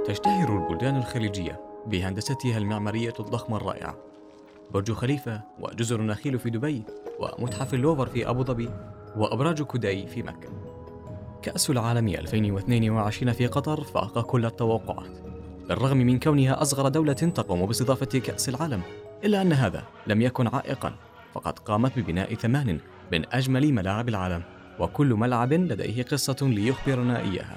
تشتهر البلدان الخليجية بهندستها المعمارية الضخمة الرائعة. برج خليفة وجزر النخيل في دبي ومتحف اللوفر في أبو ظبي وأبراج كوداي في مكة. كأس العالم 2022 في قطر فاق كل التوقعات، بالرغم من كونها أصغر دولة تقوم باستضافة كأس العالم، إلا أن هذا لم يكن عائقاً، فقد قامت ببناء 8 من أجمل ملاعب العالم، وكل ملعب لديه قصة ليخبرنا إياها.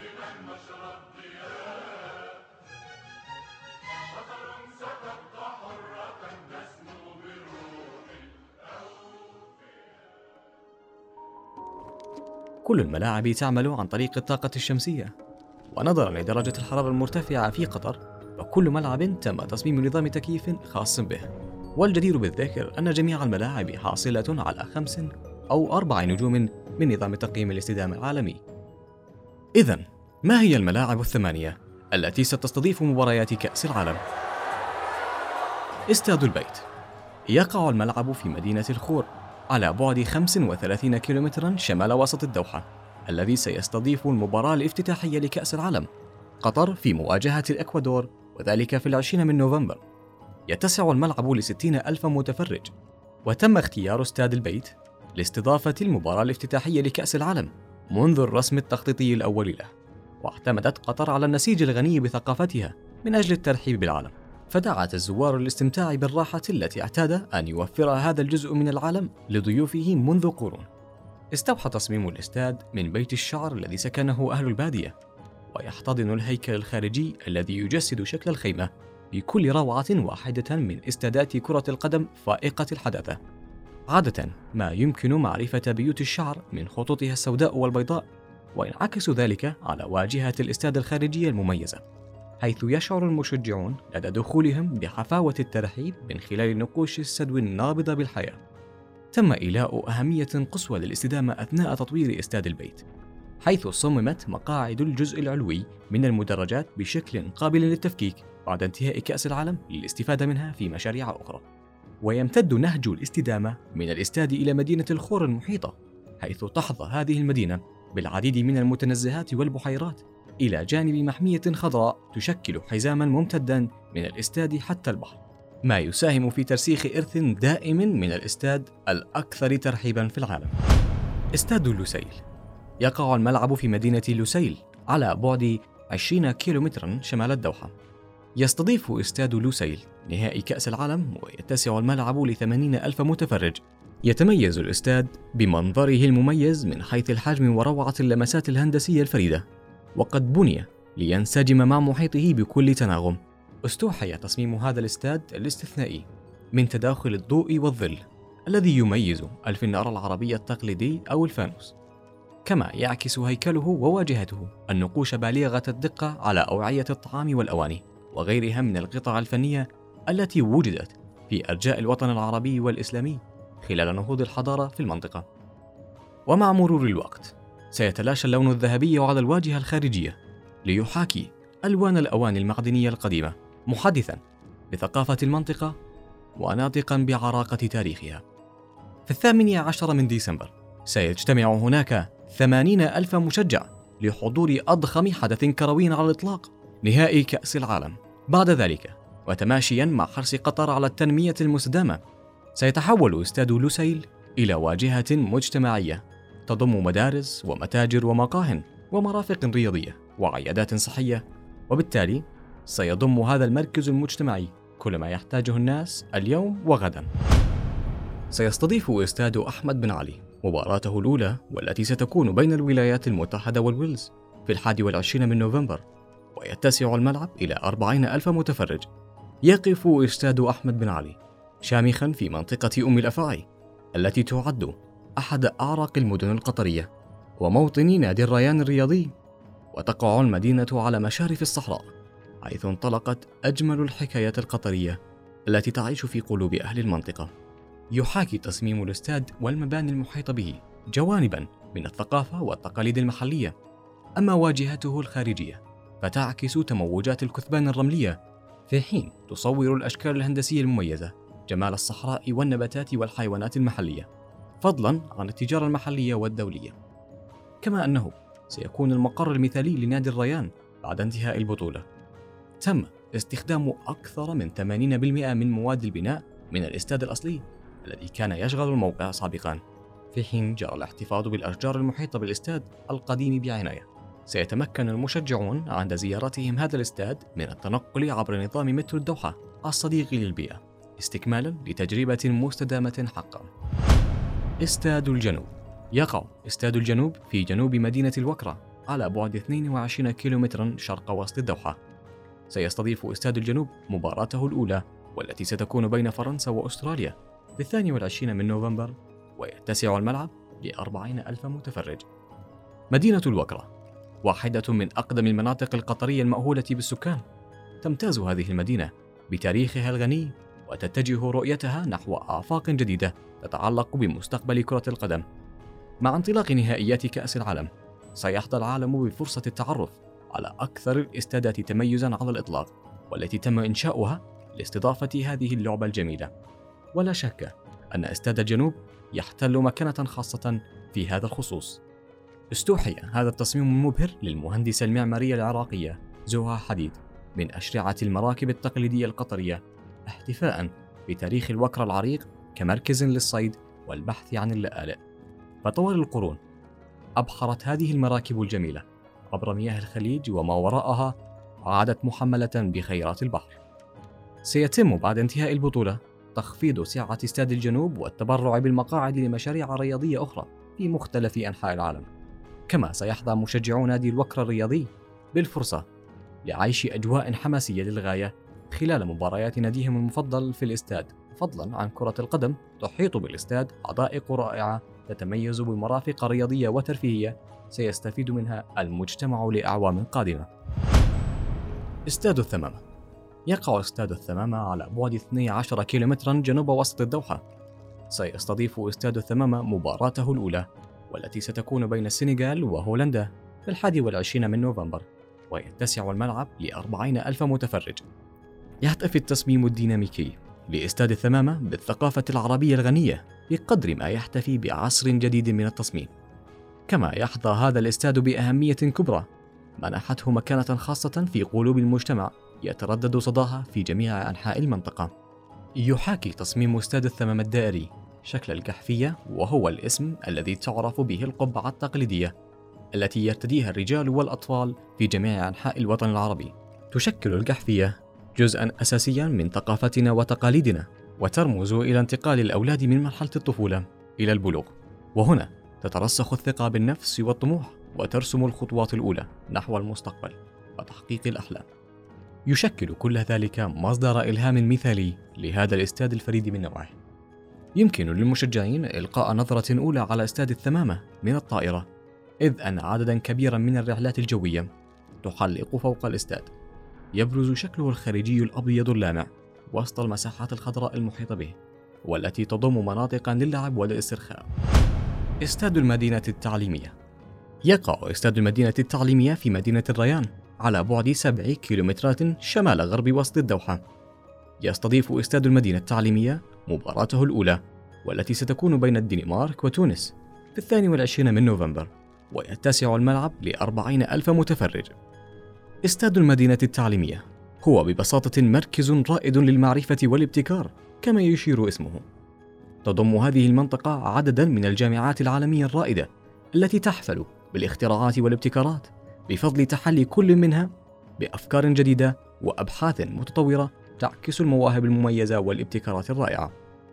كل الملاعب تعمل عن طريق الطاقة الشمسية، ونظراً لدرجة الحرارة المرتفعة في قطر، فكل ملعب تم تصميم نظام تكييف خاص به. والجدير بالذكر أن جميع الملاعب حاصلة على 5 أو 4 نجوم من نظام تقييم الاستدامة العالمي. إذن، ما هي الملاعب 8 التي ستستضيف مباريات كأس العالم؟ استاد البيت. يقع الملعب في مدينة الخور على بعد 35 كيلومترا شمال وسط الدوحة، الذي سيستضيف المباراة الافتتاحية لكأس العالم، قطر في مواجهة الإكوادور، وذلك في 20 من نوفمبر. يتسع الملعب ل60,000 متفرج، وتم اختيار استاد البيت لاستضافة المباراة الافتتاحية لكأس العالم منذ الرسم التخطيطي الأول له. واعتمدت قطر على النسيج الغني بثقافتها من أجل الترحيب بالعالم، فدعت الزوار للاستمتاع بالراحة التي اعتاد أن يوفرها هذا الجزء من العالم لضيوفه منذ قرون. استوحى تصميم الاستاد من بيت الشعر الذي سكنه أهل البادية، ويحتضن الهيكل الخارجي الذي يجسد شكل الخيمة بكل روعة واحدة من استادات كرة القدم فائقة الحداثة. عادة ما يمكن معرفة بيوت الشعر من خطوطها السوداء والبيضاء، وينعكس ذلك على واجهة الاستاد الخارجية المميزة، حيث يشعر المشجعون لدى دخولهم بحفاوة الترحيب من خلال نقوش السدو النابضة بالحياة. تم إيلاء أهمية قصوى للاستدامة أثناء تطوير استاد البيت، حيث صممت مقاعد الجزء العلوي من المدرجات بشكل قابل للتفكيك بعد انتهاء كأس العالم للاستفادة منها في مشاريع أخرى. ويمتد نهج الاستدامة من الاستاد إلى مدينة الخور المحيطة، حيث تحظى هذه المدينة بالعديد من المتنزهات والبحيرات، إلى جانب محمية خضراء تشكل حزاما ممتدا من الاستاد حتى البحر، ما يساهم في ترسيخ إرث دائم من الاستاد الأكثر ترحيبا في العالم. استاد لوسيل. يقع الملعب في مدينة لوسيل على بعد 20 كيلومترا شمال الدوحة. يستضيف استاد لوسيل نهائي كأس العالم، ويتسع الملعب ل80,000 متفرج. يتميز الاستاد بمنظره المميز من حيث الحجم وروعة اللمسات الهندسية الفريدة، وقد بني لينسجم مع محيطه بكل تناغم. استوحي تصميم هذا الاستاد الاستثنائي من تداخل الضوء والظل الذي يميز الفنار العربي التقليدي أو الفانوس، كما يعكس هيكله وواجهته النقوش بالغة الدقة على أوعية الطعام والأواني وغيرها من القطع الفنية التي وجدت في أرجاء الوطن العربي والإسلامي خلال نهوض الحضارة في المنطقة. ومع مرور الوقت سيتلاشى اللون الذهبي على الواجهة الخارجية ليحاكي ألوان الأواني المعدنية القديمة، محدثاً بثقافة المنطقة وناطقاً بعراقة تاريخها. في 18 من ديسمبر سيجتمع هناك 80,000 مشجع لحضور أضخم حدث كروي على الإطلاق، نهائي كأس العالم. بعد ذلك، وتماشياً مع حرص قطر على التنمية المستدامة، سيتحول استاد لوسيل إلى واجهة مجتمعية تضم مدارس ومتاجر ومقاهٍ ومرافق رياضية وعيادات صحية، وبالتالي سيضم هذا المركز المجتمعي كل ما يحتاجه الناس اليوم وغدا. سيستضيف استاد أحمد بن علي مباراته الأولى، والتي ستكون بين الولايات المتحدة والويلز في 21 من نوفمبر، ويتسع الملعب إلى 40,000 متفرج. يقف استاد أحمد بن علي شامخا في منطقة أم الأفاعي التي تعد أحد أعرق المدن القطرية وموطن نادي الريان الرياضي، وتقع المدينة على مشارف الصحراء، حيث انطلقت أجمل الحكايات القطرية التي تعيش في قلوب أهل المنطقة. يحاكي تصميم الاستاد والمباني المحيطة به جوانبا من الثقافة والتقاليد المحلية، أما واجهته الخارجية فتعكس تموجات الكثبان الرملية، في حين تصور الأشكال الهندسية المميزة جمال الصحراء والنباتات والحيوانات المحلية، فضلا عن التجارة المحلية والدولية. كما أنه سيكون المقر المثالي لنادي الريان بعد انتهاء البطولة، تم استخدام أكثر من 80% من مواد البناء من الاستاد الأصلي الذي كان يشغل الموقع سابقاً، في حين جرى الاحتفاظ بالأشجار المحيطة بالاستاد القديم بعناية. سيتمكن المشجعون عند زيارتهم هذا الاستاد من التنقل عبر نظام مترو الدوحة الصديق للبيئة، استكمالاً لتجربة مستدامة حقاً. استاد الجنوب. يقع استاد الجنوب في جنوب مدينة الوكرة على بعد 22 كيلومتراً شرق وسط الدوحة. سيستضيف استاد الجنوب مباراته الأولى، والتي ستكون بين فرنسا وأستراليا في 22 من نوفمبر، ويتسع الملعب ل40,000 متفرج. مدينة الوكرة واحدة من أقدم المناطق القطرية المأهولة بالسكان. تمتاز هذه المدينة بتاريخها الغني، وتتجه رؤيتها نحو آفاق جديدة تتعلق بمستقبل كرة القدم. مع انطلاق نهائيات كأس العالم، سيحظى العالم بفرصة التعرف على أكثر الاستادات تميزاً على الإطلاق، والتي تم إنشاؤها لاستضافة هذه اللعبة الجميلة. ولا شك أن استاد الجنوب يحتل مكانة خاصة في هذا الخصوص. استوحي هذا التصميم المبهر للمهندسة المعمارية العراقية زوها حديد من أشرعة المراكب التقليدية القطرية، احتفاء بتاريخ الوكرة العريق كمركز للصيد والبحث عن اللآلئ. فطوال القرون أبحرت هذه المراكب الجميلة عبر مياه الخليج وما وراءها، وعادت محملة بخيرات البحر. سيتم بعد انتهاء البطولة تخفيض سعة استاد الجنوب والتبرع بالمقاعد لمشاريع رياضية أخرى في مختلف أنحاء العالم. كما سيحظى مشجعو نادي الوكرة الرياضي بالفرصة لعيش أجواء حماسية للغاية خلال مباريات ناديهم المفضل في الاستاد. فضلا عن كرة القدم، تحيط بالاستاد حدائق رائعة تتميز بمرافق رياضية وترفيهية سيستفيد منها المجتمع لأعوام قادمة. استاد الثمامة. يقع استاد الثمامة على بعد 12 كيلومترا جنوب وسط الدوحة. سيستضيف استاد الثمامة مباراته الأولى، والتي ستكون بين السنغال وهولندا في 21 من نوفمبر، ويتسع الملعب ل40,000 متفرج. يحتفي التصميم الديناميكي لاستاد الثمامة بالثقافة العربية الغنية بقدر ما يحتفي بعصر جديد من التصميم. كما يحظى هذا الاستاد بأهمية كبرى منحته مكانة خاصة في قلوب المجتمع يتردد صداها في جميع أنحاء المنطقة. يحاكي تصميم استاد الثمامة الدائري شكل الجحفية، وهو الاسم الذي تعرف به القبعة التقليدية التي يرتديها الرجال والأطفال في جميع أنحاء الوطن العربي. تشكل الجحفية جزءاً أساسياً من ثقافتنا وتقاليدنا، وترمز إلى انتقال الأولاد من مرحلة الطفولة إلى البلوغ، وهنا تترسخ الثقة بالنفس والطموح، وترسم الخطوات الأولى نحو المستقبل وتحقيق الأحلام. يشكل كل ذلك مصدر إلهام مثالي لهذا الاستاد الفريد من نوعه. يمكن للمشجعين إلقاء نظرة أولى على استاد الثمامة من الطائرة، إذ أن عدداً كبيراً من الرحلات الجوية تحلق فوق الاستاد. يبرز شكله الخارجي الأبيض اللامع وسط المساحات الخضراء المحيطة به، والتي تضم مناطقاً للعب والاسترخاء. استاد المدينة التعليمية. يقع استاد المدينة التعليمية في مدينة الريان على بعد 7 كيلومترات شمال غرب وسط الدوحة. يستضيف استاد المدينة التعليمية مباراته الأولى، والتي ستكون بين الدنمارك وتونس في 22 من نوفمبر، ويتسع الملعب ل40,000 متفرج. استاد المدينة التعليمية هو ببساطة مركز رائد للمعرفة والابتكار كما يشير اسمه. تضم هذه المنطقة عددا من الجامعات العالمية الرائدة التي تحفل بالاختراعات والابتكارات بفضل تحلي كل منها بأفكار جديدة وأبحاث متطورة تعكس المواهب المميزة والابتكارات الرائعة.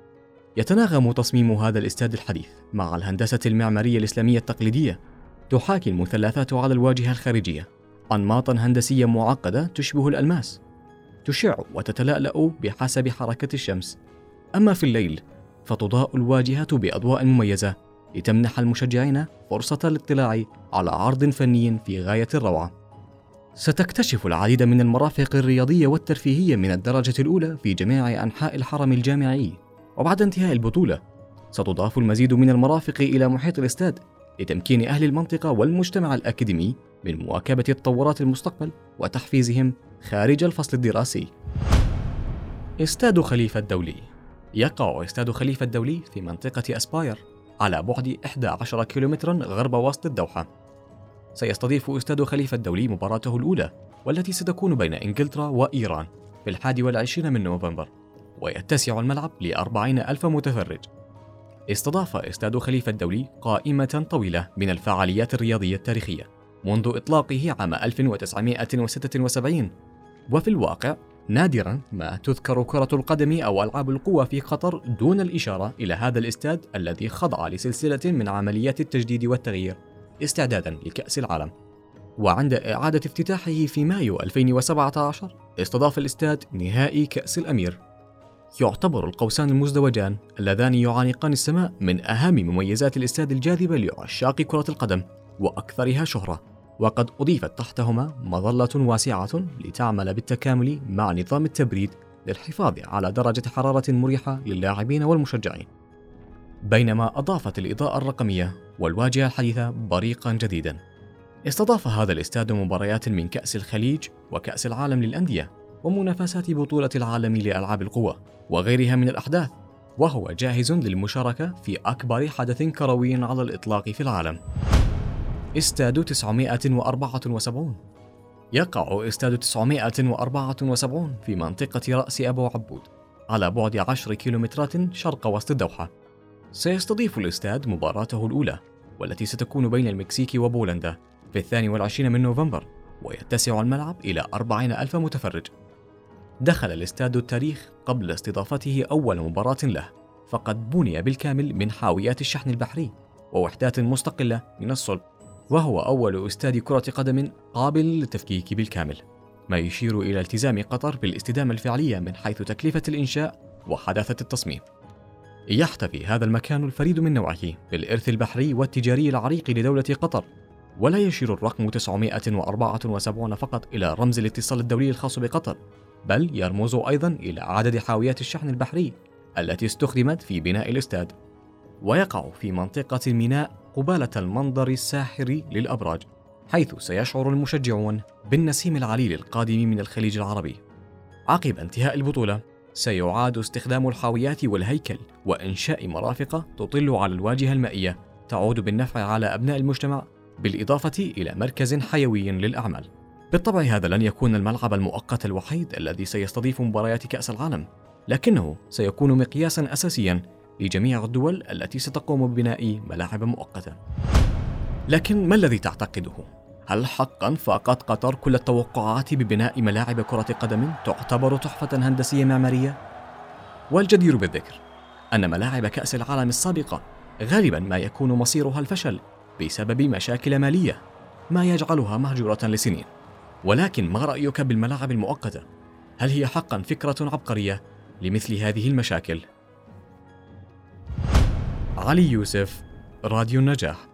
يتناغم تصميم هذا الاستاد الحديث مع الهندسة المعمارية الإسلامية التقليدية. تحاكي المثلثات على الواجهة الخارجية أنماطا هندسية معقدة تشبه الألماس، تشع وتتلألأ بحسب حركة الشمس. أما في الليل فتضاء الواجهة بأضواء مميزة لتمنح المشجعين فرصة الاطلاع على عرض فني في غاية الروعة. ستكتشف العديد من المرافق الرياضية والترفيهية من الدرجة الأولى في جميع أنحاء الحرم الجامعي. وبعد انتهاء البطولة ستضاف المزيد من المرافق إلى محيط الاستاد لتمكين أهل المنطقة والمجتمع الأكاديمي من مواكبة تطورات المستقبل وتحفيزهم خارج الفصل الدراسي. استاد خليفة الدولي. يقع استاد خليفة الدولي في منطقة أسباير على بعد 11 كيلومترا غرب وسط الدوحة. سيستضيف استاد خليفة الدولي مباراته الأولى، والتي ستكون بين إنجلترا وإيران في 21 من نوفمبر، ويتسع الملعب ل40 ألف متفرج. استضاف استاد خليفة الدولي قائمة طويلة من الفعاليات الرياضية التاريخية منذ إطلاقه عام 1976، وفي الواقع نادرا ما تذكر كرة القدم أو ألعاب القوى في قطر دون الإشارة إلى هذا الاستاد الذي خضع لسلسلة من عمليات التجديد والتغيير استعدادا لكأس العالم. وعند إعادة افتتاحه في مايو 2017 استضاف الاستاد نهائي كأس الأمير. يعتبر القوسان المزدوجان اللذان يعانقان السماء من أهم مميزات الاستاد الجاذبة لعشاق كرة القدم وأكثرها شهرة، وقد أضيفت تحتهما مظلة واسعة لتعمل بالتكامل مع نظام التبريد للحفاظ على درجة حرارة مريحة للاعبين والمشجعين، بينما أضافت الإضاءة الرقمية والواجهة الحديثة بريقا جديدا. استضاف هذا الاستاد مباريات من كأس الخليج وكأس العالم للأندية ومنافسات بطولة العالم لألعاب القوى وغيرها من الأحداث، وهو جاهز للمشاركة في أكبر حدث كروي على الإطلاق في العالم. استاد 974. يقع استاد 974 في منطقة رأس أبو عبود على بعد 10 كيلومترات شرق وسط الدوحة. سيستضيف الاستاد مباراته الأولى والتي ستكون بين المكسيك وبولندا في 22 من نوفمبر، ويتسع الملعب إلى 40 ألف متفرج. دخل الاستاد التاريخ قبل استضافته أول مباراة له، فقد بني بالكامل من حاويات الشحن البحري ووحدات مستقلة من الصلب، وهو أول استاد كرة قدم قابل للتفكيك بالكامل، ما يشير إلى التزام قطر بالاستدامة الفعلية من حيث تكلفة الإنشاء وحداثة التصميم. يحتفي هذا المكان الفريد من نوعه بالإرث البحري والتجاري العريق لدولة قطر، ولا يشير الرقم 974 فقط إلى رمز الاتصال الدولي الخاص بقطر، بل يرمز أيضا إلى عدد حاويات الشحن البحري التي استخدمت في بناء الاستاد. ويقع في منطقة الميناء قبالة المنظر الساحر للأبراج، حيث سيشعر المشجعون بالنسيم العليل القادم من الخليج العربي. عقب انتهاء البطولة سيعاد استخدام الحاويات والهيكل وإنشاء مرافق تطل على الواجهة المائية تعود بالنفع على أبناء المجتمع، بالإضافة إلى مركز حيوي للأعمال. بالطبع هذا لن يكون الملعب المؤقت الوحيد الذي سيستضيف مباريات كأس العالم، لكنه سيكون مقياسا أساسيا لجميع الدول التي ستقوم ببناء ملاعب مؤقتة. لكن ما الذي تعتقده؟ هل حقا فاقت قطر كل التوقعات ببناء ملاعب كرة قدم تعتبر تحفة هندسية معمارية؟ والجدير بالذكر أن ملاعب كأس العالم السابقة غالبا ما يكون مصيرها الفشل بسبب مشاكل مالية، ما يجعلها مهجورة لسنين. ولكن ما رأيك بالملاعب المؤقتة؟ هل هي حقا فكرة عبقرية لمثل هذه المشاكل؟ علي يوسف، راديو النجاح.